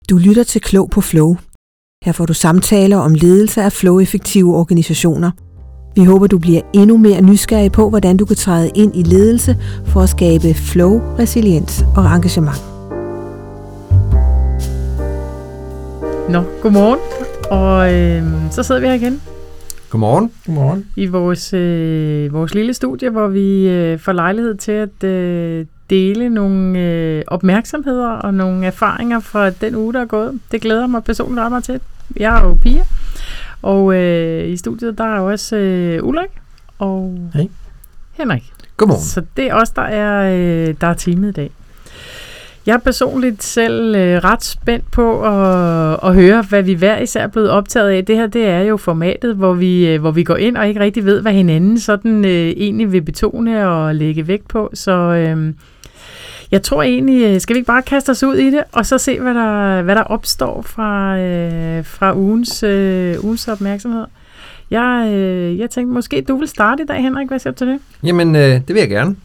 Du lytter til Klog på Flow. Her får du samtaler om ledelse af flow-effektive organisationer. Vi håber, du bliver endnu mere nysgerrig på, hvordan du kan træde ind i ledelse for at skabe flow, resiliens og engagement. Nå, godmorgen. Og så sidder vi her igen. Godmorgen. Godmorgen. I vores lille studie, hvor vi får lejlighed til at dele nogle opmærksomheder og nogle erfaringer fra den uge, der er gået. Det glæder mig personligt ret meget til. Jeg er jo Pia, og i studiet der er også Ulrik og Henrik. Godmorgen. Så det er os, der er teamet i dag. Jeg er personligt selv ret spændt på at høre, hvad vi hver især er blevet optaget af. Det her, det er jo formatet, hvor vi går ind og ikke rigtig ved, hvad hinanden sådan egentlig vil betone og lægge vægt på. Så jeg tror egentlig, skal vi ikke bare kaste os ud i det, og så se, hvad der opstår fra ugens opmærksomhed. Jeg tænkte, måske du vil starte i dag, Henrik. Hvad siger du til det? Jamen, det vil jeg gerne.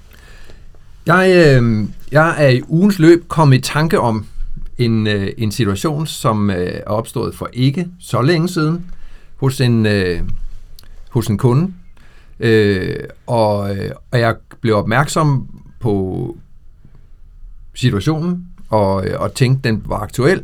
Jeg er i ugens løb kommet i tanke om en situation, som er opstået for ikke så længe siden hos en kunde. Og jeg blev opmærksom på situationen og tænkte, den var aktuel.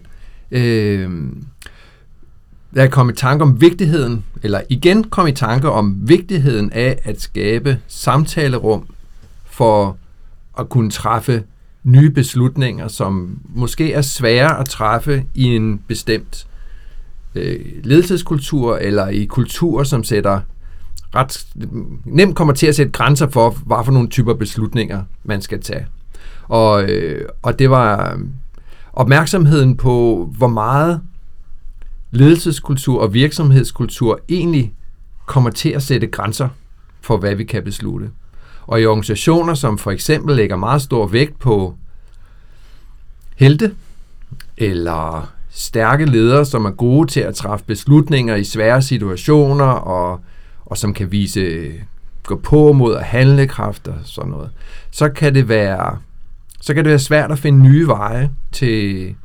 Jeg kom i tanke om vigtigheden, eller igen kom i tanke om vigtigheden af at skabe samtalerum for at kunne træffe nye beslutninger, som måske er svære at træffe i en bestemt ledelseskultur, eller i kulturer, som ret nemt kommer til at sætte grænser for, hvad for nogle typer beslutninger, man skal tage. Og det var opmærksomheden på, hvor meget ledelseskultur og virksomhedskultur egentlig kommer til at sætte grænser for, hvad vi kan beslutte. Og i organisationer, som for eksempel lægger meget stor vægt på helte, eller stærke ledere, som er gode til at træffe beslutninger i svære situationer, og som kan gå på mod handlekraft og sådan noget, så kan det være svært at finde nye veje til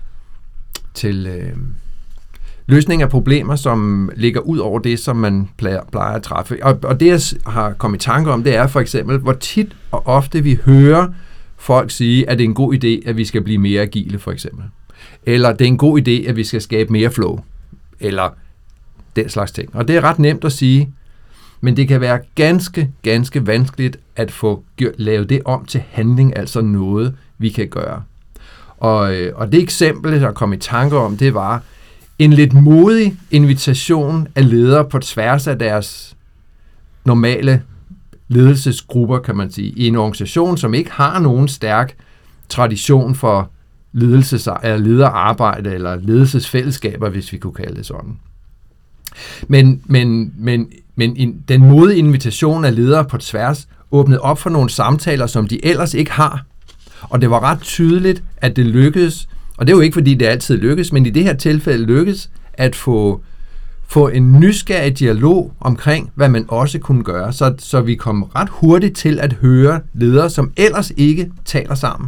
løsning af problemer, som ligger ud over det, som man plejer at træffe. Og det, jeg har kommet i tanke om, det er for eksempel, hvor tit og ofte vi hører folk sige, at det er en god idé, at vi skal blive mere agile, for eksempel. Eller det er en god idé, at vi skal skabe mere flow. Eller den slags ting. Og det er ret nemt at sige, men det kan være ganske, ganske vanskeligt at få lavet det om til handling, altså noget, vi kan gøre. Og det eksempel, jeg kom i tanke om, det var en lidt modig invitation af ledere på tværs af deres normale ledelsesgrupper, kan man sige, i en organisation, som ikke har nogen stærk tradition for lederarbejde eller ledelsesfællesskaber, hvis vi kunne kalde det sådan. Men den modige invitation af ledere på tværs åbnede op for nogle samtaler, som de ellers ikke har. Og det var ret tydeligt, at det lykkedes. Og det er jo ikke, fordi det altid lykkes, men i det her tilfælde lykkes at få en nysgerrig dialog omkring, hvad man også kunne gøre, så vi kom ret hurtigt til at høre ledere, som ellers ikke taler sammen.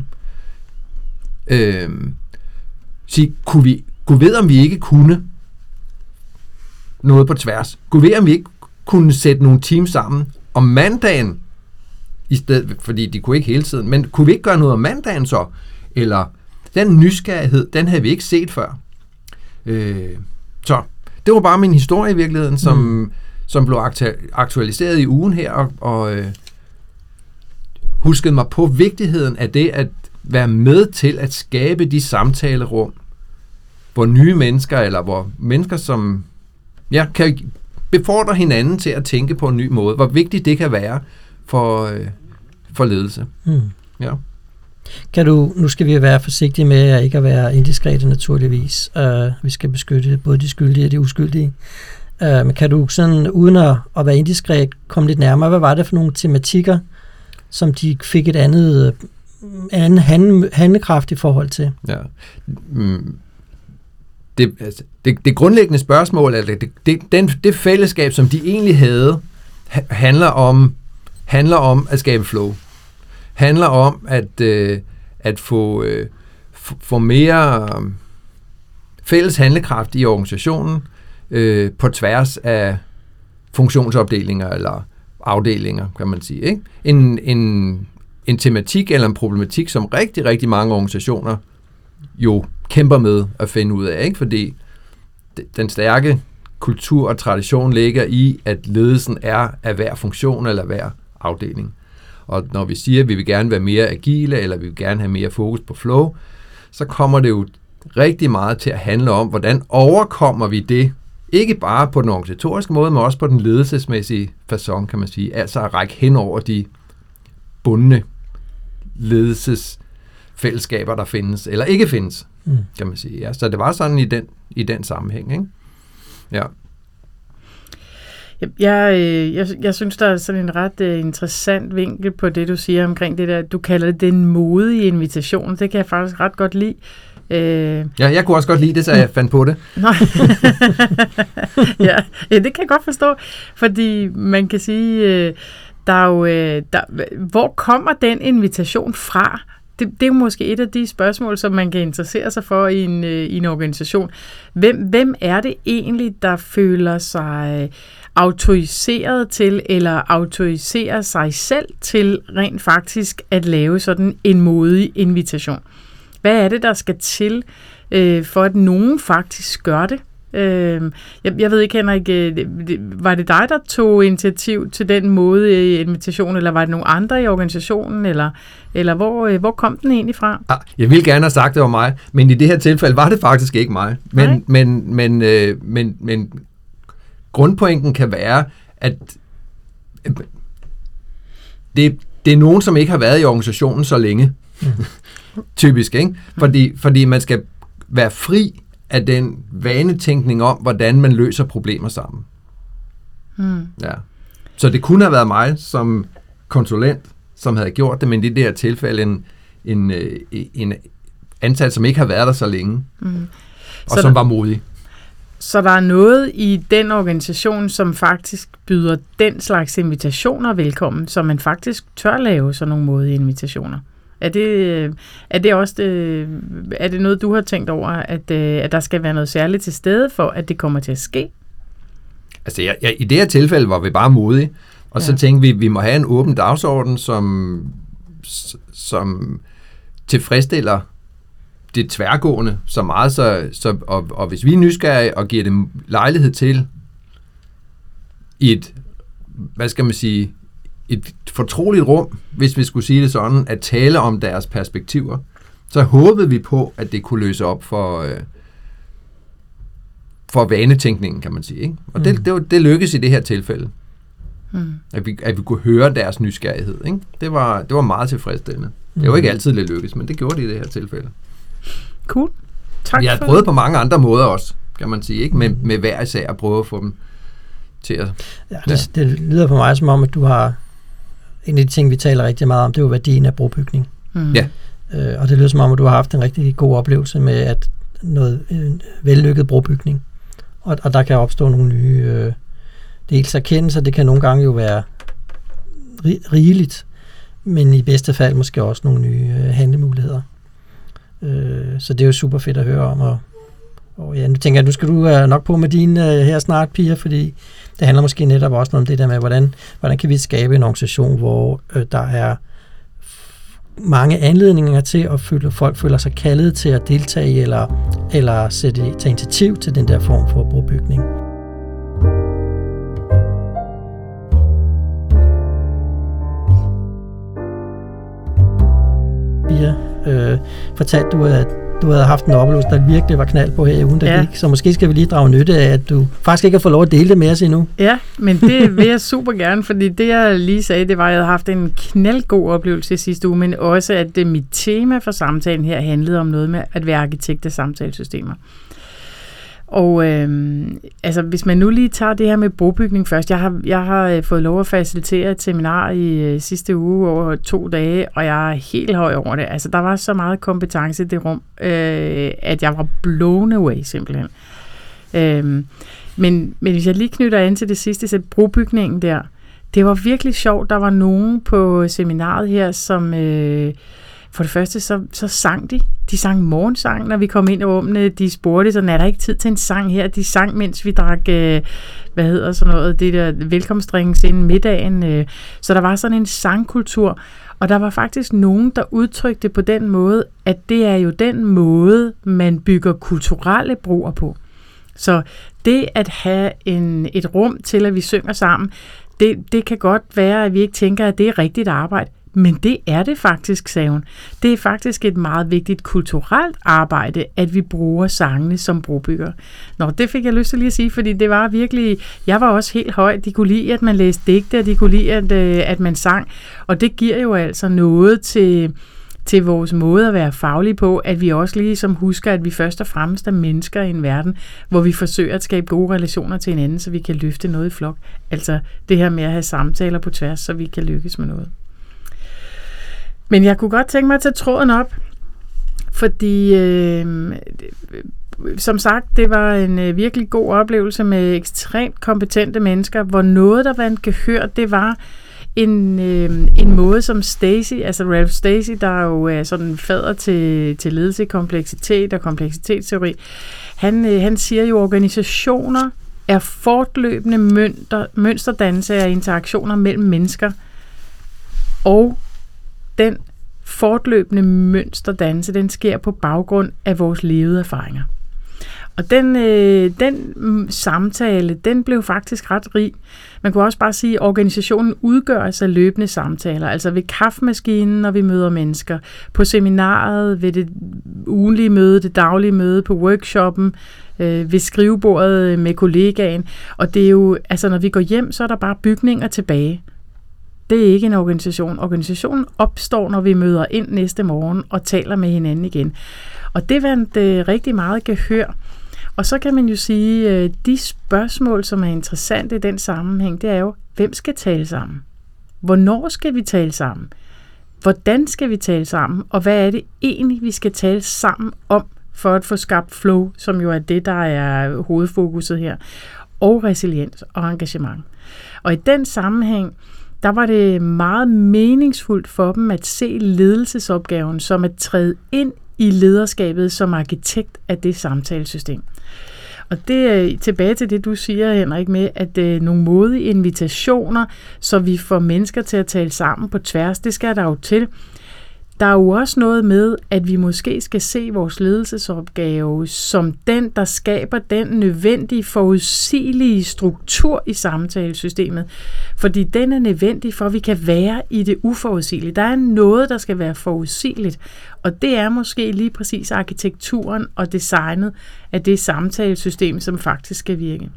Sige, kunne ved, om vi ikke kunne noget på tværs. Kunne ved, om vi ikke kunne sætte nogle teams sammen om mandagen, i stedet, fordi de kunne ikke hele tiden, men kunne vi ikke gøre noget om mandagen så? Eller den nysgerrighed, den havde vi ikke set før. Så det var bare min historie i virkeligheden, som blev aktualiseret i ugen her, og huskede mig på vigtigheden af det at være med til at skabe de samtalerum, hvor nye mennesker, eller hvor mennesker, som kan befordre hinanden til at tænke på en ny måde, hvor vigtigt det kan være for ledelse. Ja. Nu skal vi være forsigtige med at ikke at være indiskrete naturligvis. Vi skal beskytte både de skyldige og de uskyldige. Men kan du sådan, uden at være indiskret, komme lidt nærmere? Hvad var det for nogle tematikker, som de fik et anden handlekraft i forhold til? Ja. Det grundlæggende spørgsmål, altså det fællesskab, som de egentlig havde, handler om at skabe flow. Handler om at få mere fælles handlekraft i organisationen på tværs af funktionsopdelinger eller afdelinger, kan man sige. Ikke? En tematik eller en problematik, som rigtig, rigtig mange organisationer jo kæmper med at finde ud af, ikke? Fordi den stærke kultur og tradition ligger i, at ledelsen er af hver funktion eller hver afdeling. Og når vi siger, at vi vil gerne være mere agile, eller vi vil gerne have mere fokus på flow, så kommer det jo rigtig meget til at handle om, hvordan overkommer vi det, ikke bare på den organisatoriske måde, men også på den ledelsesmæssige facon, kan man sige. Altså at række hen over de bundne ledelsesfællesskaber, der findes, eller ikke findes, kan man sige. Ja, så det var sådan i den sammenhæng, ikke? Ja. Jeg synes, der er sådan en ret interessant vinkel på det, du siger omkring det der, du kalder det den modige invitation. Det kan jeg faktisk ret godt lide. Ja, jeg kunne også godt lide det, så jeg fandt på det. Ja, det kan jeg godt forstå, fordi man kan sige, hvor kommer den invitation fra? Det er jo måske et af de spørgsmål, som man kan interessere sig for i en organisation. Hvem er det egentlig, der føler sig autoriseret til, eller autoriserer sig selv til rent faktisk at lave sådan en modig invitation? Hvad er det, der skal til, for at nogen faktisk gør det? Jeg ved ikke, Henrik, var det dig, der tog initiativ til den modige invitation, eller var det nogle andre i organisationen, eller hvor kom den egentlig fra? Jeg ville gerne have sagt, det var mig, men i det her tilfælde var det faktisk ikke mig. Men grundpointen kan være, at det er nogen, som ikke har været i organisationen så længe. Typisk, ikke? Fordi man skal være fri af den vanetænkning om, hvordan man løser problemer sammen. Ja. Så det kunne have været mig som konsulent, som havde gjort det, men i det her tilfælde en ansat, som ikke har været der så længe, og som var modig. Så der er noget i den organisation, som faktisk byder den slags invitationer velkommen, så man faktisk tør lave sådan nogle modige invitationer. Er det også er det noget, du har tænkt over, at der skal være noget særligt til stede for, at det kommer til at ske? Altså, i det her tilfælde var vi bare modige, og så tænkte vi må have en åben dagsorden, som tilfredsstiller det tværgående så meget, og hvis vi er nysgerrige og giver dem lejlighed til i et, hvad skal man sige, et fortroligt rum, hvis vi skulle sige det sådan, at tale om deres perspektiver, så håbede vi på, at det kunne løse op for vanetænkningen, kan man sige. Ikke? Og det lykkedes i det her tilfælde. At vi kunne høre deres nysgerrighed. Ikke? Det var meget tilfredsstillende. Det var ikke altid, det lykkedes, men det gjorde det i det her tilfælde. Cool. Tak. Vi har prøvet på mange andre måder også, kan man sige. Ikke? Med hver især at prøve at få dem til at... Ja, det lyder på mig som om, at du har... En af de ting, vi taler rigtig meget om, det er jo værdien af brobygning. Ja. Og det lyder som om, at du har haft en rigtig god oplevelse med at en vellykket brobygning. Og der kan opstå nogle nye dels erkendelser. Det kan nogle gange jo være rigeligt, men i bedste fald måske også nogle nye handlemuligheder. Så det er jo super fedt at høre om. Og ja, nu tænker jeg, nu skal du nok på med dine her snart, Pia, fordi det handler måske netop også om det der med, hvordan kan vi skabe en organisation, hvor der er mange anledninger til at folk føler sig kaldet til at deltage i, eller tage initiativ til den der form for brobygning. Pia, fortalte du, at du havde haft en oplevelse, der virkelig var knald på her i ugen, der gik. Så måske skal vi lige drage nytte af, at du faktisk ikke har fået lov at dele det med os endnu. Ja, men det vil jeg super gerne, fordi det, jeg lige sagde, det var, at jeg havde haft en knaldgod oplevelse sidste uge, men også, at mit tema for samtalen her handlede om noget med at være arkitekt af samtalesystemer. Og altså, hvis man nu lige tager det her med brobygning først. Jeg har fået lov at facilitere et seminar i sidste uge over 2 dage, og jeg er helt høj over det. Altså, der var så meget kompetence i det rum, at jeg var blown away simpelthen. Men hvis jeg lige knytter an til det sidste, så brobygningen der, det var virkelig sjovt. Der var nogen på seminaret her, som... For det første, så sang de. De sang morgensang, når vi kom ind i rummene. De spurgte, sådan, er der ikke tid til en sang her? De sang, mens vi drak, det der velkomstdrinks inden middagen. Så der var sådan en sangkultur. Og der var faktisk nogen, der udtrykte på den måde, at det er jo den måde, man bygger kulturelle broer på. Så det at have et rum til, at vi synger sammen, det kan godt være, at vi ikke tænker, at det er rigtigt arbejde. Men det er det faktisk, sagde hun. Det er faktisk et meget vigtigt kulturelt arbejde, at vi bruger sangene som brobygger. Nå, det fik jeg lyst til lige at sige, fordi det var virkelig... Jeg var også helt høj. De kunne lide, at man læste digte, og de kunne lide, at man sang. Og det giver jo altså noget til vores måde at være faglige på, at vi også ligesom husker, at vi først og fremmest er mennesker i en verden, hvor vi forsøger at skabe gode relationer til hinanden, så vi kan løfte noget i flok. Altså det her med at have samtaler på tværs, så vi kan lykkes med noget. Men jeg kunne godt tænke mig at tage tråden op, fordi som sagt, det var en virkelig god oplevelse med ekstremt kompetente mennesker, hvor noget, der vandt gehør, det var en måde, som Stacey, altså Ralph Stacey, der jo er sådan fader til ledelse, kompleksitet og kompleksitetsteori, han siger jo, at organisationer er fortløbende mønsterdannelse af interaktioner mellem mennesker, og den fortløbende mønsterdannelse, den sker på baggrund af vores levede erfaringer. Og den samtale, den blev faktisk ret rig. Man kunne også bare sige, at organisationen udgøres af løbende samtaler, altså ved kaffemaskinen, når vi møder mennesker, på seminaret, ved det ugenlige møde, det daglige møde, på workshoppen, ved skrivebordet med kollegaen. Og det er jo, altså når vi går hjem, så er der bare bygninger tilbage. Det er ikke en organisation. Organisationen opstår, når vi møder ind næste morgen og taler med hinanden igen. Og det vandt rigtig meget gehør. Og så kan man jo sige, de spørgsmål, som er interessante i den sammenhæng, det er jo, hvem skal tale sammen? Hvornår skal vi tale sammen? Hvordan skal vi tale sammen? Og hvad er det egentlig, vi skal tale sammen om, for at få skabt flow, som jo er det, der er hovedfokuset her, og resiliens og engagement. Og i den sammenhæng, der var det meget meningsfuldt for dem at se ledelsesopgaven som at træde ind i lederskabet som arkitekt af det samtalesystem. Og det er tilbage til det, du siger, Henrik, med at nogle modige invitationer, så vi får mennesker til at tale sammen på tværs, det skal der jo til. Der er jo også noget med, at vi måske skal se vores ledelsesopgave som den, der skaber den nødvendige, forudsigelige struktur i samtalesystemet. Fordi den er nødvendig for, at vi kan være i det uforudsigelige. Der er noget, der skal være forudsigeligt, og det er måske lige præcis arkitekturen og designet af det samtalesystem, som faktisk skal virke.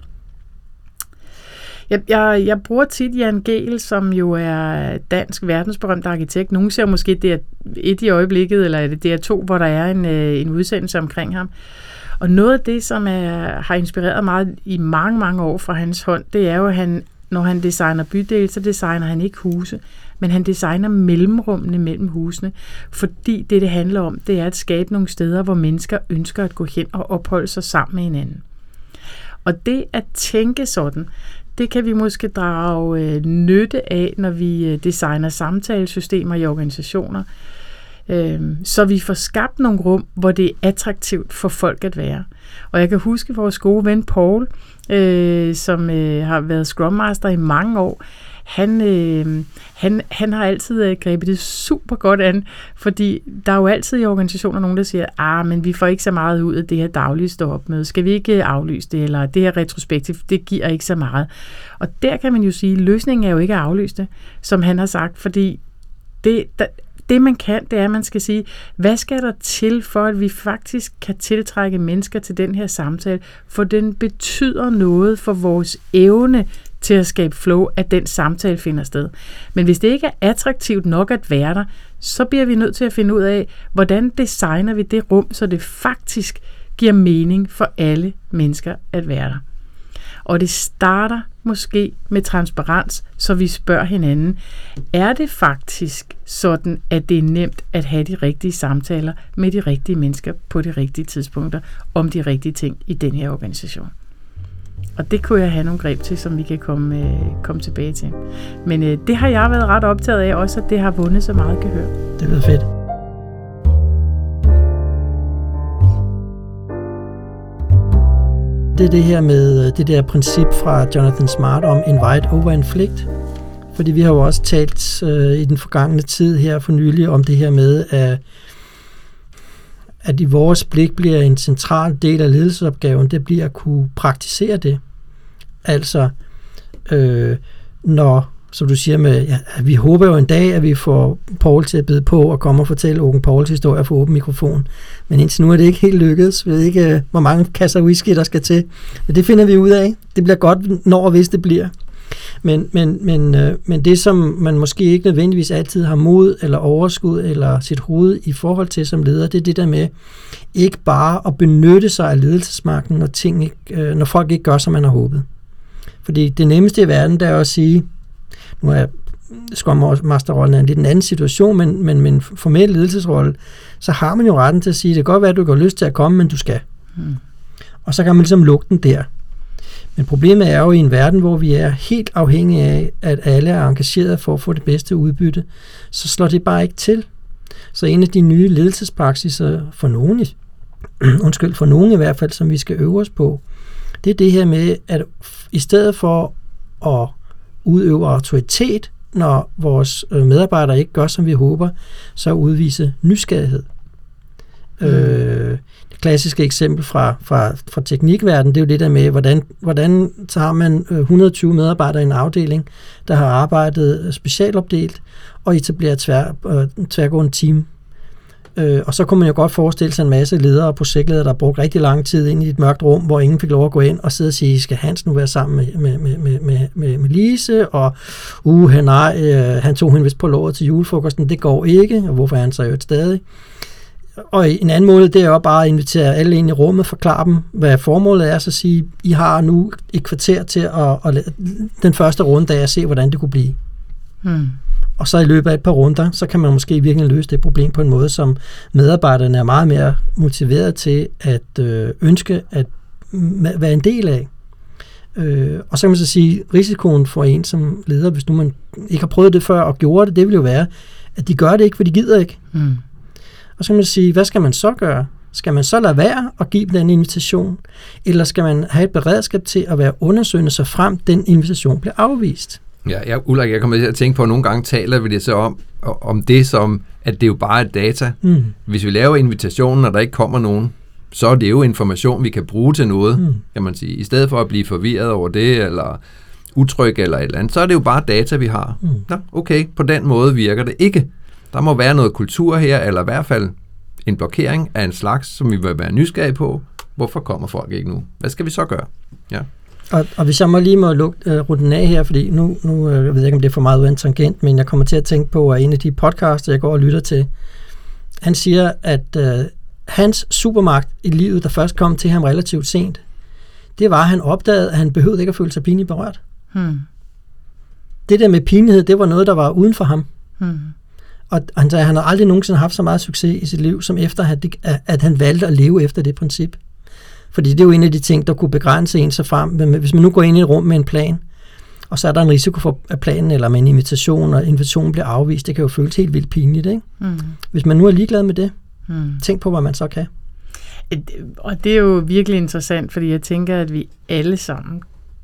Jeg bruger tit Jan Gehl, som jo er dansk verdensberømt arkitekt. Nogle ser måske, det er et i øjeblikket, eller det er to, hvor der er en udsendelse omkring ham. Og noget af det, som har inspireret meget i mange, mange år fra hans hånd, det er jo, at når han designer bydele, så designer han ikke huse, men han designer mellemrummene mellem husene, fordi det handler om, det er at skabe nogle steder, hvor mennesker ønsker at gå hen og opholde sig sammen med hinanden. Og det at tænke sådan, det kan vi måske drage nytte af, når vi designer samtalesystemer i organisationer, så vi får skabt nogle rum, hvor det er attraktivt for folk at være. Og jeg kan huske vores gode ven Paul, som har været Scrum Master i mange år. Han har altid grebet det super godt an, fordi der er jo altid i organisationer nogen, der siger, men vi får ikke så meget ud af det her daglige stå-op-møde. Skal vi ikke aflyse det, eller det her retrospektiv, det giver ikke så meget. Og der kan man jo sige, at løsningen er jo ikke at aflyse det, som han har sagt, fordi det man kan, det er, at man skal sige, hvad skal der til, for at vi faktisk kan tiltrække mennesker til den her samtale, for den betyder noget for vores evne til at skabe flow, at den samtale finder sted. Men hvis det ikke er attraktivt nok at være der, så bliver vi nødt til at finde ud af, hvordan designer vi det rum, så det faktisk giver mening for alle mennesker at være der. Og det starter måske med transparens, så vi spørger hinanden, er det faktisk sådan, at det er nemt at have de rigtige samtaler med de rigtige mennesker på de rigtige tidspunkter om de rigtige ting i den her organisation? Og det kunne jeg have nogle greb til, som vi kan komme tilbage til. Men det har jeg været ret optaget af også, at det har vundet så meget gehør. Det lyder fedt. det er det her med det der princip fra Jonathan Smart om invite over inflict. Fordi vi har jo også talt i den forgangne tid her for nylig om det her med, at i vores blik bliver en central del af ledelsesopgaven, det bliver at kunne praktisere det. Altså, når, som du siger med, ja, vi håber jo en dag, at vi får Paul til at bide på og komme og fortælle Åken Pauls historie for åben mikrofon. Men indtil nu er det ikke helt lykkedes. Vi ved ikke, hvor mange kasser whisky, der skal til. Men det finder vi ud af. Det bliver godt, når og hvis det bliver. Men det, som man måske ikke nødvendigvis altid har mod eller overskud eller sit hoved i forhold til som leder, det er det der med ikke bare at benytte sig af ledelsesmagten, når folk ikke gør, som man har håbet. Fordi det nemmeste i verden, det er at sige, nu er Scrum Master-rollen en lidt en anden situation, men med en formel ledelsesrolle, så har man jo retten til at sige, det kan godt være, at du ikke har lyst til at komme, men du skal. Og så kan man ligesom lukke den der. Men problemet er jo i en verden, hvor vi er helt afhængige af, at alle er engageret for at få det bedste udbytte, så slår det bare ikke til. Så en af de nye ledelsespraksiser for nogen i hvert fald, som vi skal øve os på, det er det her med, at i stedet for at udøve autoritet, når vores medarbejdere ikke gør, som vi håber, så udvise nysgerrighed. Det klassiske eksempel fra teknikverdenen, det er jo det der med, hvordan tager man 120 medarbejdere i en afdeling, der har arbejdet specialopdelt og etablerer tværgående team. Og så kunne man jo godt forestille sig en masse ledere og projektledere, der har brugt rigtig lang tid ind i et mørkt rum, hvor ingen fik lov at gå ind og sidde og sige, skal Hans nu være sammen med Lise, og han tog hende vist på låret til julefrokosten, det går ikke, og hvorfor er han så jo stadig? Og en anden måde, det er jo bare at invitere alle ind i rummet, forklare dem, hvad formålet er, så sige, I har nu et kvarter til at den første runde af at se, hvordan det kunne blive. Og så i løbet af et par runder, så kan man måske virkelig løse det problem på en måde, som medarbejderne er meget mere motiveret til at ønske at være en del af. Og så kan man så sige, risikoen for en som leder, hvis nu man ikke har prøvet det før og gjorde det vil jo være, at de gør det ikke, for de gider ikke. Og så kan man sige, hvad skal man så gøre? Skal man så lade være at give den invitation? Eller skal man have et beredskab til at være undersøgende, så frem den invitation bliver afvist? Ja, Ulrik, jeg kommer til at tænke på, at nogle gange taler vi det så om det som, at det er jo bare et data. Hvis vi laver invitationen, og der ikke kommer nogen, så er det jo information, vi kan bruge til noget, kan man sige. I stedet for at blive forvirret over det, eller utryg eller et eller andet, så er det jo bare data, vi har. Nå, okay, på den måde virker det ikke. Der må være noget kultur her, eller i hvert fald en blokering af en slags, som vi vil være nysgerrige på. Hvorfor kommer folk ikke nu? Hvad skal vi så gøre? Ja. Og hvis jeg lige må runde den af her, fordi nu jeg ved ikke, om det er for meget ud af en tangent, men jeg kommer til at tænke på, at en af de podcasts, jeg går og lytter til, han siger, at hans supermagt i livet, der først kom til ham relativt sent, det var, at han opdagede, at han behøvede ikke at føle sig pinligt berørt. Det der med pinlighed, det var noget, der var uden for ham. Og han sagde, at han har aldrig nogensinde haft så meget succes i sit liv, som efter, at han valgte at leve efter det princip. Fordi det er jo en af de ting, der kunne begrænse en sig frem. Hvis man nu går ind i et rum med en plan, og så er der en risiko for, at planen eller med en invitation, og invitationen bliver afvist, det kan jo føles helt vildt pinligt, ikke? Hvis man nu er ligeglad med det, tænk på, hvad man så kan. Og det er jo virkelig interessant, fordi jeg tænker, at vi alle sammen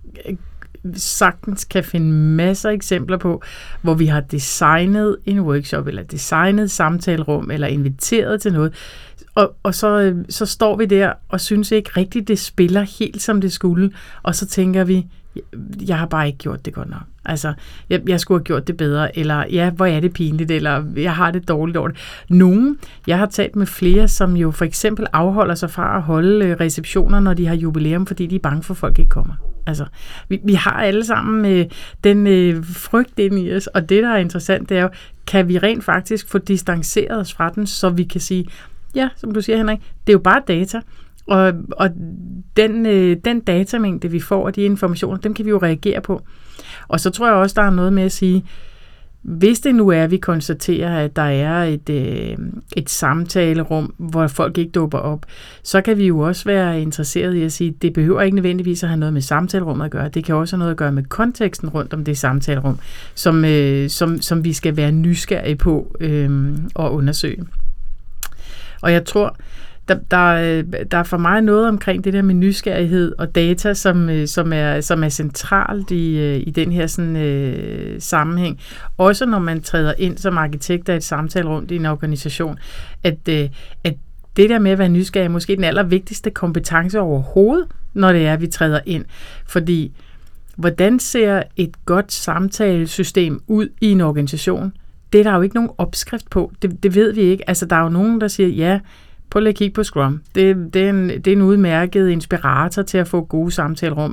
sagtens kan finde masser af eksempler på, hvor vi har designet en workshop, eller designet samtalerum, eller inviteret til noget, og så står vi der og synes ikke rigtigt, det spiller helt som det skulle, og så tænker vi, jeg har bare ikke gjort det godt nok. Altså, jeg skulle have gjort det bedre, eller ja, hvor er det pinligt, eller jeg har det dårligt over det. Jeg har talt med flere, som jo for eksempel afholder sig fra at holde receptioner, når de har jubilæum, fordi de er bange for, at folk ikke kommer. Altså, vi har alle sammen den frygt ind i os, og det, der er interessant, det er jo, kan vi rent faktisk få distanceret os fra den, så vi kan sige, ja, som du siger, Henrik, det er jo bare data, og den datamængde, vi får af de informationer, dem kan vi jo reagere på. Og så tror jeg også, der er noget med at sige, hvis det nu er, at vi konstaterer, at der er et samtalerum, hvor folk ikke dukker op, så kan vi jo også være interesseret i at sige, at det behøver ikke nødvendigvis at have noget med samtalerummet at gøre. Det kan også have noget at gøre med konteksten rundt om det samtalerum, som vi skal være nysgerrige på og undersøge. Og jeg tror, der er for mig noget omkring det der med nysgerrighed og data, som er centralt i den her sådan, sammenhæng. Også når man træder ind som arkitekt af et samtalerum i en organisation, at det der med at være nysgerrig er måske den allervigtigste kompetence overhovedet, når det er, at vi træder ind. Fordi hvordan ser et godt samtalesystem ud i en organisation? Det er der jo ikke nogen opskrift på. Det ved vi ikke. Altså, der er jo nogen, der siger, ja, prøv lige at kigge på Scrum. Det er en udmærket inspirator til at få gode samtalerum.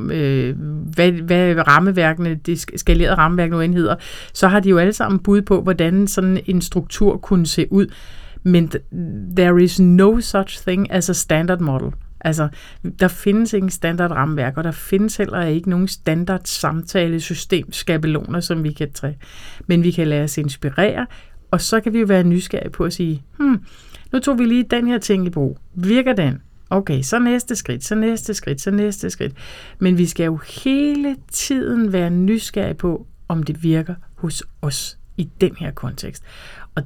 Hvad rammeværkene, de skalerede rammeværk nu end hedder, så har de jo alle sammen bud på, hvordan sådan en struktur kunne se ud. Men there is no such thing as a standard model. Altså, der findes ikke en standard rammeværk, og der findes heller ikke nogen standard samtalesystem, skabeloner, som vi kan trække. Men vi kan lade os inspirere, og så kan vi jo være nysgerrige på at sige, nu tog vi lige den her ting i brug. Virker den? Okay, så næste skridt, så næste skridt, så næste skridt. Men vi skal jo hele tiden være nysgerrige på, om det virker hos os i den her kontekst. Og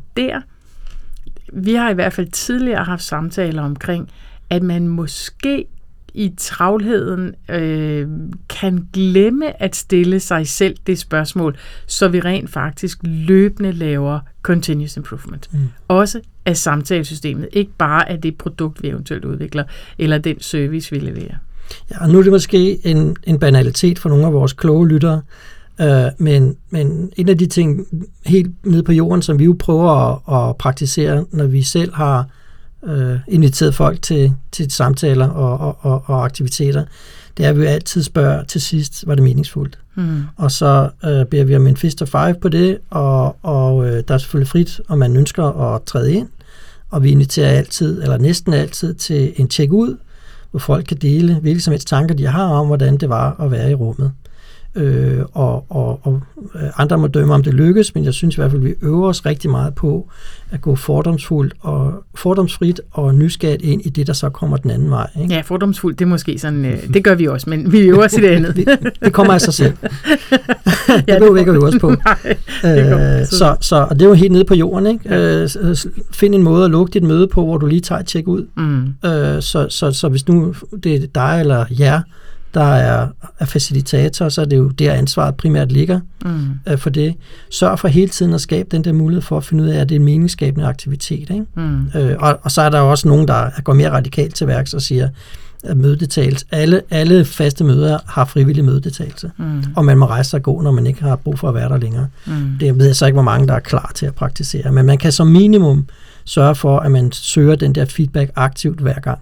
vi har i hvert fald tidligere haft samtaler omkring, at man måske i travlheden kan glemme at stille sig selv det spørgsmål, så vi rent faktisk løbende laver continuous improvement. Også af samtalesystemet, ikke bare af det produkt, vi eventuelt udvikler, eller den service, vi leverer. Ja, og nu er det måske en banalitet for nogle af vores kloge lyttere, men en af de ting helt nede på jorden, som vi jo prøver at praktisere, når vi selv har inviteret folk til samtaler og aktiviteter, det er, at vi altid spørger til sidst, var det meningsfuldt? Og så beder vi om en fist of five på det, og der er selvfølgelig frit, om man ønsker at træde ind, og vi inviterer altid, eller næsten altid, til en check-ud, hvor folk kan dele hvilke som helst tanker, de har om, hvordan det var at være i rummet. Og andre må dømme, om det lykkes, men jeg synes i hvert fald, at vi øver os rigtig meget på at gå fordomsfrit og nysgerrigt ind i det, der så kommer den anden vej. Ikke? Ja, fordomsfuldt, det er måske sådan, det gør vi også, men vi øver os i det andet. det kommer af sig selv. Det behøver vi ikke at øve os på. Og det er jo helt nede på jorden. Ikke? Find en måde at lukke dit møde på, hvor du lige tager et tjek ud. Så hvis nu det er dig eller jer, der er facilitator, så er det jo der ansvaret primært ligger for det. Sørg for hele tiden at skabe den der mulighed for at finde ud af, at det er en meningsskabende aktivitet. Ikke? Og så er der jo også nogen, der går mere radikalt til værks og siger, at mødedeltagelse. Alle faste møder har frivillig mødedeltagelse, og man må rejse sig og gå, når man ikke har brug for at være der længere. Det ved jeg så ikke, hvor mange der er klar til at praktisere, men man kan som minimum sørge for, at man søger den der feedback aktivt hver gang.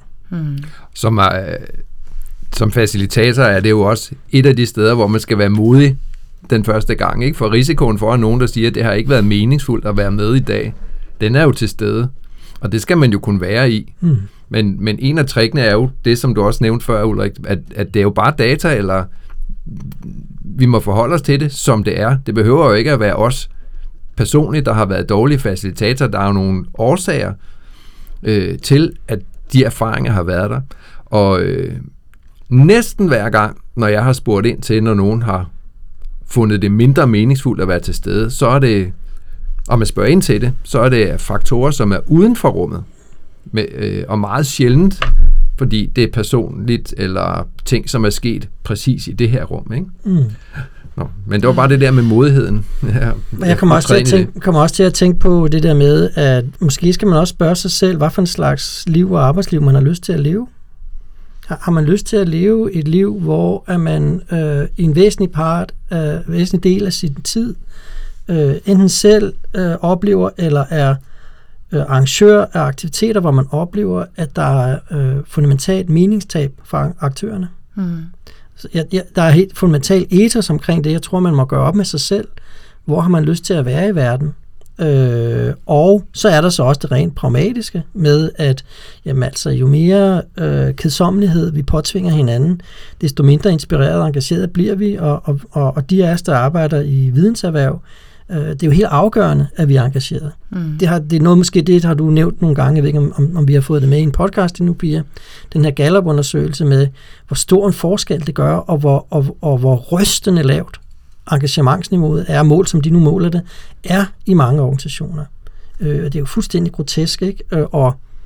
Som facilitator er det jo også et af de steder, hvor man skal være modig den første gang. Ikke? For risikoen for, at nogen, der siger, at det har ikke været meningsfuldt at være med i dag, den er jo til stede. Og det skal man jo kunne være i. Men en af trickene er jo det, som du også nævnte før, Ulrik, at det er jo bare data, eller vi må forholde os til det, som det er. Det behøver jo ikke at være os personligt, der har været dårlige facilitator. Der er jo nogle årsager til, at de erfaringer har været der. Og næsten hver gang, når jeg har spurgt ind til, når nogen har fundet det mindre meningsfuldt at være til stede, så er det, og man spørger ind til det, så er det faktorer, som er uden for rummet. Og meget sjældent, fordi det er personligt, eller ting, som er sket præcis i det her rum. Ikke? Nå, men det var bare det der med modigheden. Jeg kommer også til at tænke på det der med, at måske skal man også spørge sig selv, hvad for en slags liv og arbejdsliv man har lyst til at leve. Har man lyst til at leve et liv, hvor man i en væsentlig del af sin tid enten selv oplever, eller er arrangør af aktiviteter, hvor man oplever, at der er fundamentalt meningstab fra aktørerne. Der er helt fundamentalt ethos omkring det. Jeg tror, man må gøre op med sig selv. Hvor har man lyst til at være i verden? Og så er der så også det rent pragmatiske med, at jamen, altså, jo mere kedsommelighed vi påtvinger hinanden, desto mindre inspireret og engageret bliver vi, og de af os, der arbejder i videnserhverv, det er jo helt afgørende, at vi er engageret. Det er noget, måske det har du nævnt nogle gange, jeg ved ikke, om vi har fået det med i en podcast endnu, Pia. Den her Gallup-undersøgelse med, hvor stor en forskel det gør, og hvor rystende lavt engagementsniveauet er, mål som de nu måler det, er i mange organisationer. Det er jo fuldstændig grotesk, ikke? Og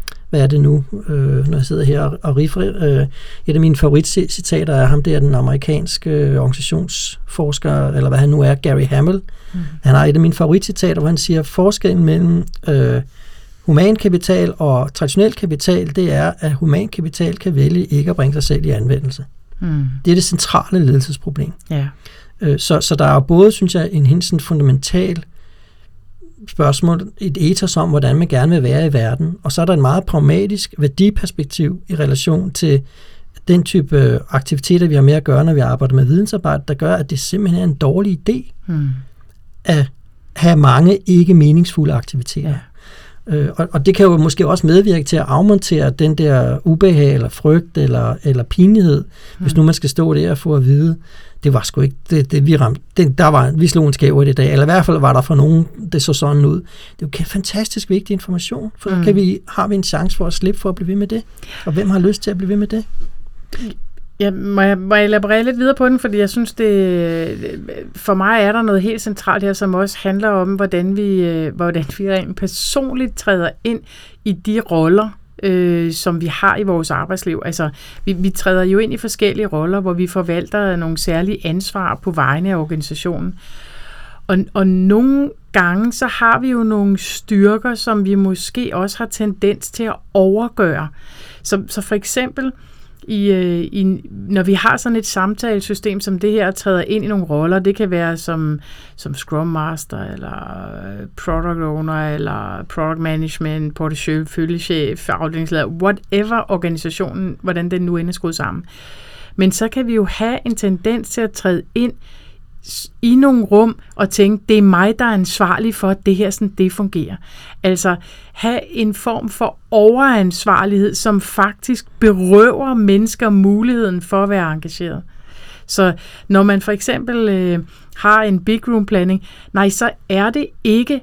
hvad er det nu, når jeg sidder her og riffer. Et af mine favoritcitater er ham der, den amerikanske organisationsforsker, eller hvad han nu er, Gary Hamel. Han har et af mine favoritcitater, hvor han siger, forskellen mellem human kapital og traditionel kapital, det er, at human kapital kan vælge ikke at bringe sig selv i anvendelse. Det er det centrale ledelsesproblem. Ja. Så der er jo både, synes jeg, en helt sådan fundamental spørgsmål, et ethos om, hvordan man gerne vil være i verden, og så er der en meget pragmatisk værdiperspektiv i relation til den type aktiviteter, vi har med at gøre, når vi arbejder med vidensarbejde, der gør, at det simpelthen er en dårlig idé at have mange ikke meningsfulde aktiviteter. Og det kan jo måske også medvirke til at afmontere den der ubehag, eller frygt, eller pinlighed, hvis nu man skal stå der og få at vide, det var sgu ikke det vi ramte. Vi slog en skæver i dag, eller i hvert fald var der for nogen, det så sådan ud. Det er jo fantastisk vigtig information, for har vi en chance for at slippe for at blive ved med det. Og hvem har lyst til at blive ved med det? Ja, må jeg elaborere lidt videre på den, fordi jeg synes, for mig er der noget helt centralt her, som også handler om, hvordan vi rent personligt træder ind i de roller, som vi har i vores arbejdsliv. Altså, vi træder jo ind i forskellige roller, hvor vi forvalter nogle særlige ansvar på vegne af organisationen. Og nogle gange, så har vi jo nogle styrker, som vi måske også har tendens til at overgøre. Så for eksempel, når vi har sådan et samtalesystem som det her, træder ind i nogle roller, det kan være som Scrum Master, eller Product Owner, eller Product Management, porteføljechef, afdelingsleder, whatever organisationen, hvordan den nu end er skruet sammen. Men så kan vi jo have en tendens til at træde ind i nogle rum og tænke, det er mig, der er ansvarlig for, at det her sådan, det fungerer. Altså have en form for overansvarlighed, som faktisk berøver mennesker muligheden for at være engageret. Så når man for eksempel har en big room planning, så er det ikke,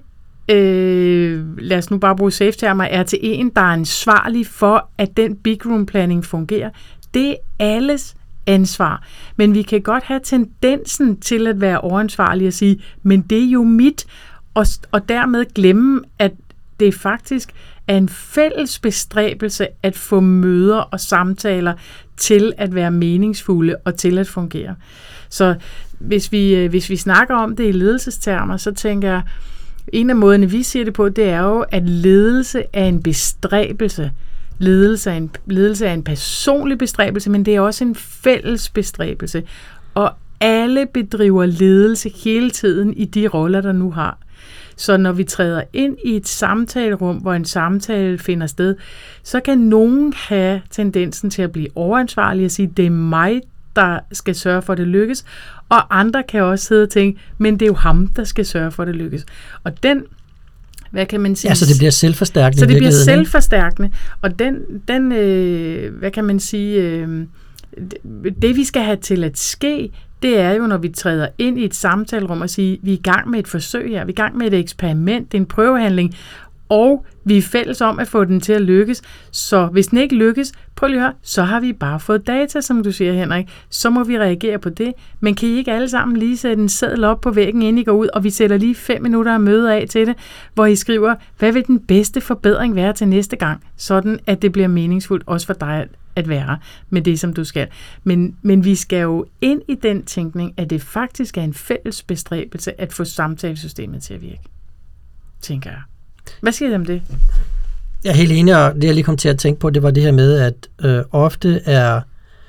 lad os nu bare bruge safe-termer, er til en, der er ansvarlig for, at den big room planning fungerer. Det er alles ansvar. Men vi kan godt have tendensen til at være overansvarlige og sige, men det er jo mit, og dermed glemme, at det faktisk er en fælles bestræbelse at få møder og samtaler til at være meningsfulde og til at fungere. Så hvis vi snakker om det i ledelsestermer, så tænker jeg, en af måderne, vi siger det på, det er jo, at ledelse er en bestræbelse. Ledelse er en personlig bestræbelse, men det er også en fælles bestræbelse. Og alle bedriver ledelse hele tiden i de roller, der nu har. Så når vi træder ind i et samtalerum, hvor en samtale finder sted, så kan nogen have tendensen til at blive overansvarlig og sige, det er mig, der skal sørge for, at det lykkes. Og andre kan også sidde og tænke, men det er jo ham, der skal sørge for, at det lykkes. Og den, hvad kan man sige? Altså det bliver selvforstærkende. Så det bliver selvforstærkende. Og den hvad kan man sige, det vi skal have til at ske, det er jo, når vi træder ind i et samtalerum og siger, vi er i gang med et forsøg her, vi er i gang med et eksperiment, det er en prøvehandling, og vi er fælles om at få den til at lykkes. Så hvis den ikke lykkes, prøv lige at høre, så har vi bare fået data, som du siger, Henrik. Så må vi reagere på det. Men kan I ikke alle sammen lige sætte en seddel op på væggen, inden I går ud, og vi sætter lige 5 minutter af møde af til det, hvor I skriver, hvad vil den bedste forbedring være til næste gang, sådan at det bliver meningsfuldt også for dig at være med det, som du skal. Men vi skal jo ind i den tænkning, at det faktisk er en fælles bestræbelse at få samtalesystemet til at virke, tænker jeg. Hvad siger du om det? Jeg er helt enig, og det jeg lige kom til at tænke på, det var det her med, at ofte er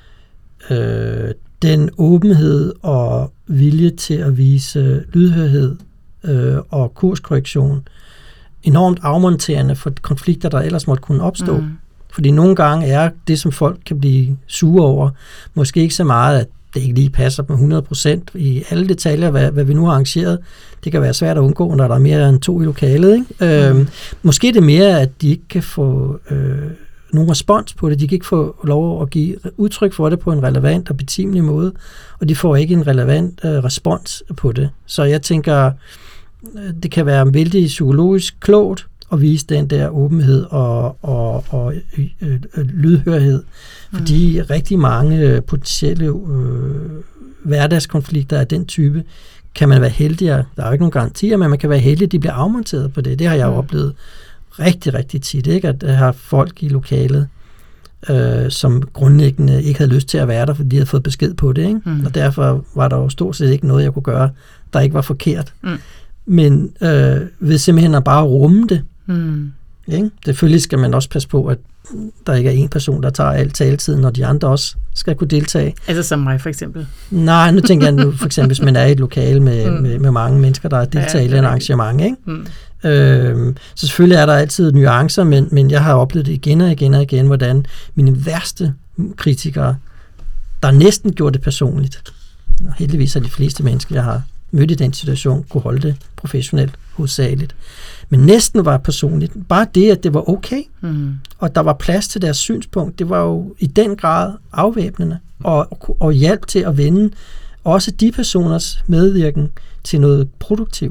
den åbenhed og vilje til at vise lydhørhed og kurskorrektion enormt afmonterende for konflikter, der ellers måtte kunne opstå. Fordi nogle gange er det, som folk kan blive sure over, måske ikke så meget, at det ikke lige passer med 100% i alle detaljer, hvad vi nu har arrangeret. Det kan være svært at undgå, når der er mere end 2 i lokalet. Ikke? Måske er det mere, at de ikke kan få nogen respons på det. De kan ikke få lov at give udtryk for det på en relevant og betimelig måde, og de får ikke en relevant respons på det. Så jeg tænker, det kan være vældig psykologisk klogt at vise den der åbenhed og lydhørhed. Fordi rigtig mange potentielle hverdagskonflikter af den type, kan man være heldig, der er jo ikke nogen garantier, men man kan være heldig, at de bliver afmonteret på det. Det har jeg jo oplevet rigtig, rigtig tit, ikke? At have folk i lokalet, som grundlæggende ikke havde lyst til at være der, fordi de havde fået besked på det. Ikke? Og derfor var der jo stort set ikke noget, jeg kunne gøre, der ikke var forkert. Men ved simpelthen at bare rumme det. Ikke? Selvfølgelig skal man også passe på, at der ikke er en person, der tager al taletiden, når de andre også skal kunne deltage. Altså som mig for eksempel? Nej, nu tænker jeg nu for eksempel, hvis man er i et lokale med mange mennesker, der deltager i et arrangement. Ikke? Så selvfølgelig er der altid nuancer, men jeg har oplevet det igen og igen og igen, hvordan mine værste kritikere, der næsten gjorde det personligt, og heldigvis er de fleste mennesker, jeg har mødt i den situation, kunne holde det professionelt, hovedsageligt. Men næsten var personligt. Bare det, at det var okay, og der var plads til deres synspunkt, det var jo i den grad afvæbnende, og hjælp til at vende også de personers medvirken til noget produktivt.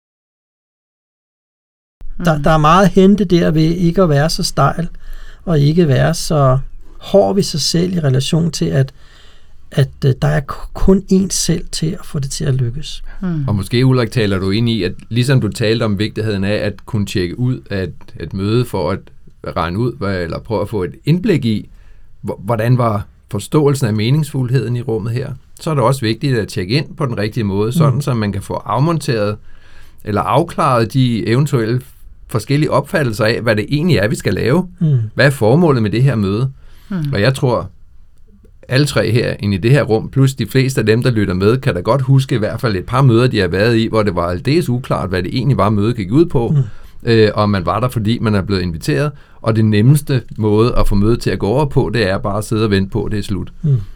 Der er meget at hente der ved ikke at være så stejl, og ikke være så hård ved sig selv i relation til, at der er kun én selv til at få det til at lykkes. Og måske, Ulrik, taler du ind i, at ligesom du talte om vigtigheden af at kunne tjekke ud af et møde for at regne ud, eller prøve at få et indblik i, hvordan var forståelsen af meningsfuldheden i rummet her, så er det også vigtigt at tjekke ind på den rigtige måde, sådan så man kan få afmonteret eller afklaret de eventuelle forskellige opfattelser af, hvad det egentlig er, vi skal lave. Hvad er formålet med det her møde? Og jeg tror, alle tre her inde i det her rum, plus de fleste af dem, der lytter med, kan da godt huske i hvert fald et par møder, de har været i, hvor det var aldeles uklart, hvad det egentlig var, mødet gik ud på, og man var der, fordi man er blevet inviteret, og det nemmeste måde at få mødet til at gå over på, det er bare at sidde og vente på, at det er slut.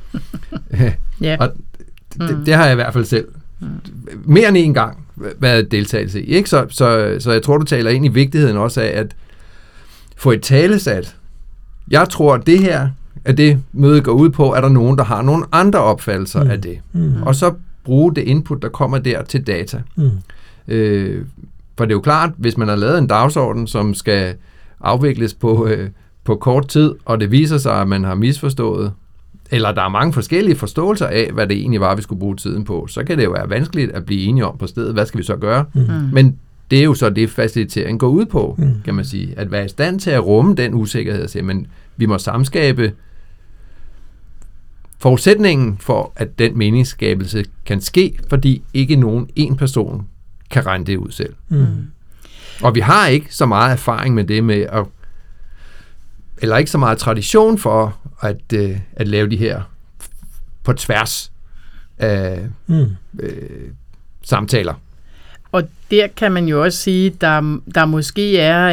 Og det har jeg i hvert fald selv mere end en gang været deltagelse i. Ikke? Så jeg tror, du taler ind i vigtigheden også af at få et talesat. Jeg tror, at det her, at det møde går ud på, er der nogen, der har nogle andre opfattelser af det. Og så bruge det input, der kommer der til data. For det er jo klart, hvis man har lavet en dagsorden, som skal afvikles på kort tid, og det viser sig, at man har misforstået, eller der er mange forskellige forståelser af, hvad det egentlig var, vi skulle bruge tiden på, så kan det jo være vanskeligt at blive enige om på stedet, hvad skal vi så gøre? Men det er jo så det, facilitering går ud på, kan man sige. At være i stand til at rumme den usikkerhed, men vi må samskabe forudsætningen for, at den meningsskabelse kan ske, fordi ikke nogen en person kan regne det ud selv. Og vi har ikke så meget erfaring med det med eller ikke så meget tradition for at lave de her på tværs af samtaler. Og der kan man jo også sige, der måske er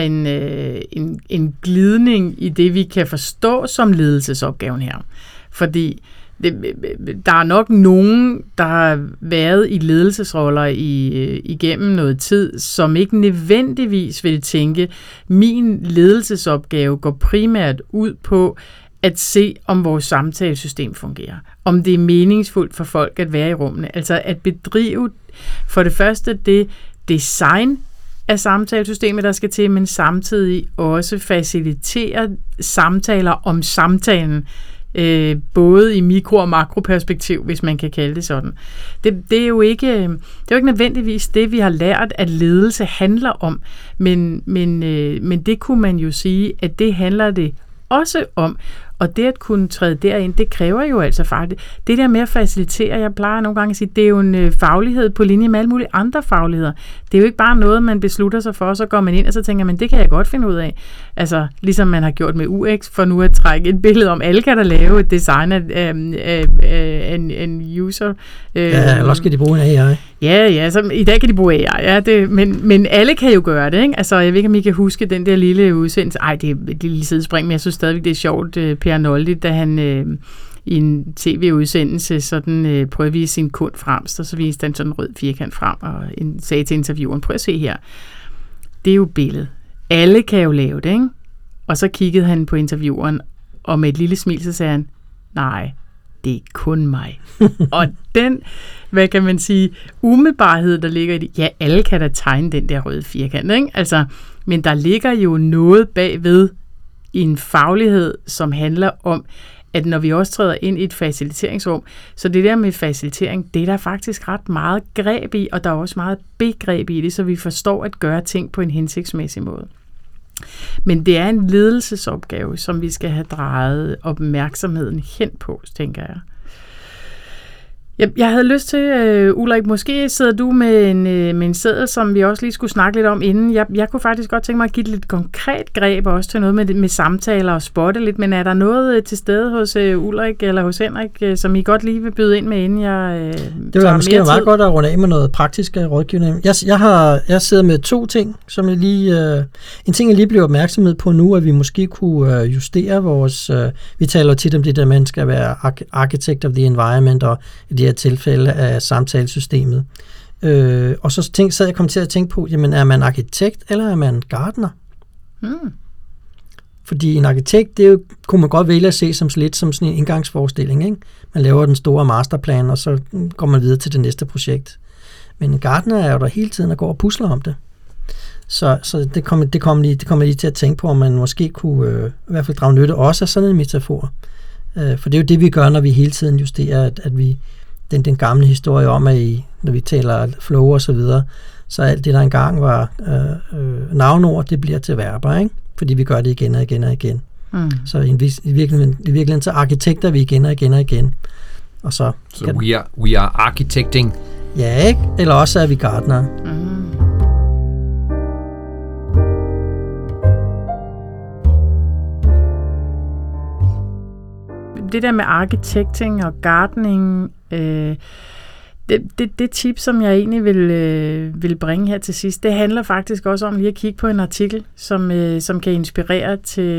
en glidning i det, vi kan forstå som ledelsesopgaven her. Fordi der er nok nogen, der har været i ledelsesroller igennem noget tid, som ikke nødvendigvis vil tænke, min ledelsesopgave går primært ud på at se, om vores samtalesystem fungerer. Om det er meningsfuldt for folk at være i rummene. Altså at bedrive for det første det design af samtalesystemet, der skal til, men samtidig også facilitere samtaler om samtalen, både i mikro- og makroperspektiv, hvis man kan kalde det sådan. Det er jo ikke nødvendigvis det, vi har lært, at ledelse handler om, men det kunne man jo sige, at det handler det også om. Og det at kunne træde derind, det kræver jo altså faktisk, det der med at facilitere, jeg plejer nogle gange at sige, det er jo en faglighed på linje med alle mulige andre fagligheder. Det er jo ikke bare noget, man beslutter sig for, og så går man ind, og så tænker man, det kan jeg godt finde ud af. Altså, ligesom man har gjort med UX, for nu at trække et billede om, alle kan der lave et design af en user. Ja, eller skal de bruge en AI? Ja, så i dag kan de bruge AI, ja, men alle kan jo gøre det, ikke? Altså, jeg ved ikke, om I kan huske den der lille udsendelse. Ej, det er et lille sidespring, men jeg synes stadigvæk, det er sjovt, Per Noldi, da han i en tv-udsendelse sådan prøvede at vise sin kund frem, så viste han sådan en rød firkant frem og sagde til intervieweren, prøv at se her. Det er jo billedet. Alle kan jo lave det, ikke? Og så kiggede han på intervieweren, og med et lille smil, så sagde han, nej, det er kun mig. Og den, hvad kan man sige, umiddelbarhed, der ligger i det, ja, alle kan da tegne den der røde firkant, ikke? Altså, men der ligger jo noget bagved i en faglighed, som handler om, at når vi også træder ind i et faciliteringsrum, så det der med facilitering, det er der faktisk ret meget greb i, og der er også meget begreb i det, så vi forstår at gøre ting på en hensigtsmæssig måde. Men det er en ledelsesopgave, som vi skal have drejet opmærksomheden hen på, tænker jeg. Jeg havde lyst til, Ulrik, måske sidder du med en seddel, som vi også lige skulle snakke lidt om inden. Jeg kunne faktisk godt tænke mig at give et lidt konkret greb også til noget med samtaler og spotte lidt, men er der noget til stede hos Ulrik eller hos Henrik, som I godt lige vil byde ind med, inden jeg det var måske meget godt at runde af med noget praktisk rådgivning. Jeg sidder med 2 ting, som jeg lige... en ting, jeg lige blev opmærksomhed på nu, at vi måske kunne justere vores... vi taler tit om det der, man skal være architect of the environment, og i det her tilfælde af samtalesystemet. Og så jeg kom til at tænke på, jamen er man arkitekt, eller er man gartner? Fordi en arkitekt, det kunne man godt vælge at se som lidt som sådan en indgangsforestilling, ikke? Man laver den store masterplan, og så går man videre til det næste projekt. Men en gartner er jo der hele tiden at gå og pusler om det. Så det kom lige til at tænke på, om man måske kunne i hvert fald drage nytte også af sådan en metafor. For det er jo det, vi gør, når vi hele tiden justerer, at vi den gamle historie om, at når vi taler flow og så videre, så alt det, der engang var navnord, det bliver til verber, ikke? Fordi vi gør det igen og igen og igen. Så i virkeligheden så arkitekter vi igen og igen og igen. Og så we are architecting. Ja, ikke? Eller også er vi gartnere. Det der med architecting og gardening, det tip, som jeg egentlig vil bringe her til sidst, det handler faktisk også om lige at kigge på en artikel, som kan inspirere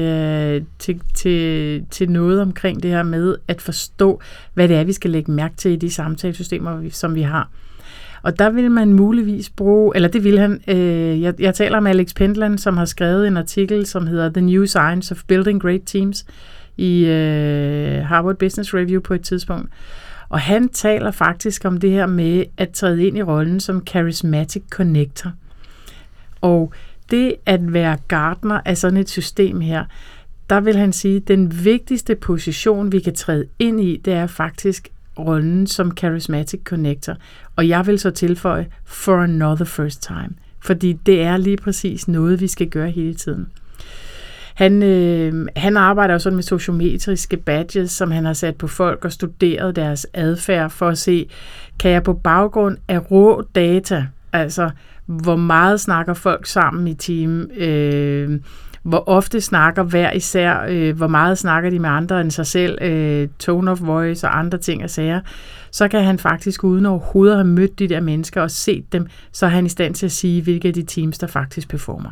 til noget omkring det her med at forstå, hvad det er, vi skal lægge mærke til i de samtalesystemer, som vi har. Og der vil man muligvis bruge, eller det vil han, jeg taler med Alex Pentland, som har skrevet en artikel, som hedder The New Science of Building Great Teams, i Harvard Business Review på et tidspunkt. Og han taler faktisk om det her med at træde ind i rollen som charismatic connector. Og det at være gartner af sådan et system her, der vil han sige, at den vigtigste position, vi kan træde ind i, det er faktisk rollen som charismatic connector. Og jeg vil så tilføje for another first time. Fordi det er lige præcis noget, vi skal gøre hele tiden. Han arbejder jo sådan med sociometriske badges, som han har sat på folk og studeret deres adfærd for at se, kan jeg på baggrund af rå data, altså hvor meget snakker folk sammen i team, hvor ofte snakker hver især, hvor meget snakker de med andre end sig selv, tone of voice og andre ting og sager, så kan han faktisk uden overhovedet at have mødt de der mennesker og set dem, så er han i stand til at sige, hvilke af de teams, der faktisk performer.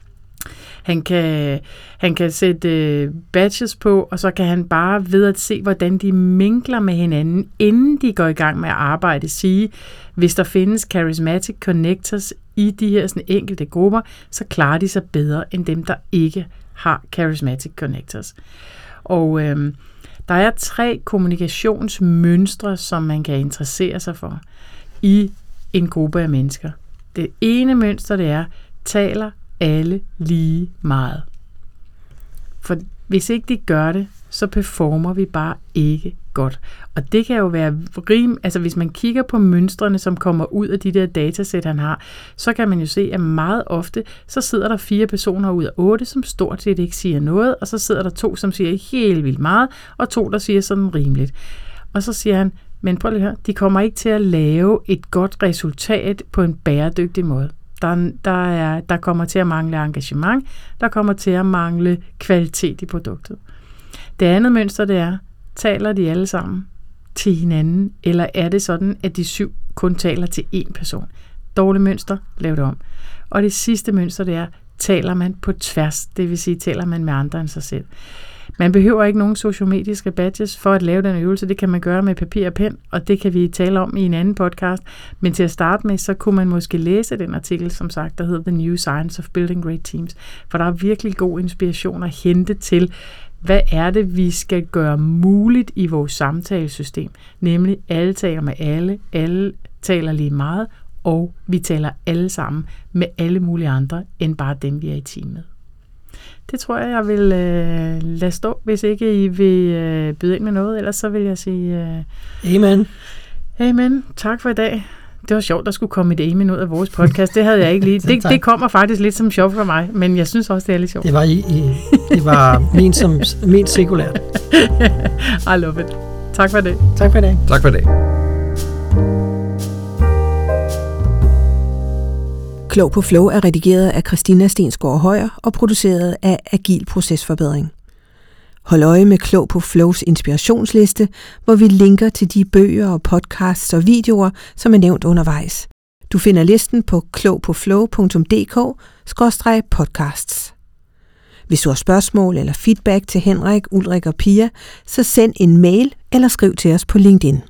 Han kan sætte badges på, og så kan han bare ved at se, hvordan de minkler med hinanden, inden de går i gang med at arbejde, sige, hvis der findes charismatic connectors i de her sådan enkelte grupper, så klarer de sig bedre end dem, der ikke har charismatic connectors. Og der er 3 kommunikationsmønstre, som man kan interessere sig for i en gruppe af mennesker. Det ene mønster, det er, taler alle lige meget. For hvis ikke de gør det, så performer vi bare ikke godt. Og det kan jo være altså hvis man kigger på mønstrene, som kommer ud af de der datasæt, han har, så kan man jo se, at meget ofte, så sidder der 4 personer ud af 8, som stort set ikke siger noget, og så sidder der 2, som siger helt vildt meget, og 2, der siger sådan rimeligt. Og så siger han, men prøv lige at høre, de kommer ikke til at lave et godt resultat på en bæredygtig måde. Der kommer til at mangle engagement, der kommer til at mangle kvalitet i produktet. Det andet mønster, det er, taler de alle sammen til hinanden, eller er det sådan, at de 7 kun taler til én person? Dårligt mønster, lav det om. Og det sidste mønster, det er, taler man på tværs, det vil sige, taler man med andre end sig selv. Man behøver ikke nogen sociometriske badges for at lave den øvelse. Det kan man gøre med papir og pen, og det kan vi tale om i en anden podcast. Men til at starte med, så kunne man måske læse den artikel, som sagt, der hedder The New Science of Building Great Teams. For der er virkelig god inspiration at hente til, hvad er det, vi skal gøre muligt i vores samtalesystem. Nemlig, alle taler med alle taler lige meget, og vi taler alle sammen med alle mulige andre, end bare dem, vi er i team med. Det tror jeg vil lade stå, hvis ikke I vil byde ind med noget. Ellers så vil jeg sige... Amen. Amen. Tak for i dag. det var sjovt, der skulle komme et amen ud af vores podcast. Det havde jeg ikke lige. Det kommer faktisk lidt som sjov for mig, men jeg synes også, det er lidt sjovt. Det var ment sekulært. I love it. Tak for det. Tak for det. Tak for det. Klog på Flow er redigeret af Christina Stensgaard Højer og produceret af Agil Procesforbedring. Hold øje med Klog på Flows inspirationsliste, hvor vi linker til de bøger og podcasts og videoer, som er nævnt undervejs. Du finder listen på klogpåflow.dk/podcasts. Hvis du har spørgsmål eller feedback til Henrik, Ulrik og Pia, så send en mail eller skriv til os på LinkedIn.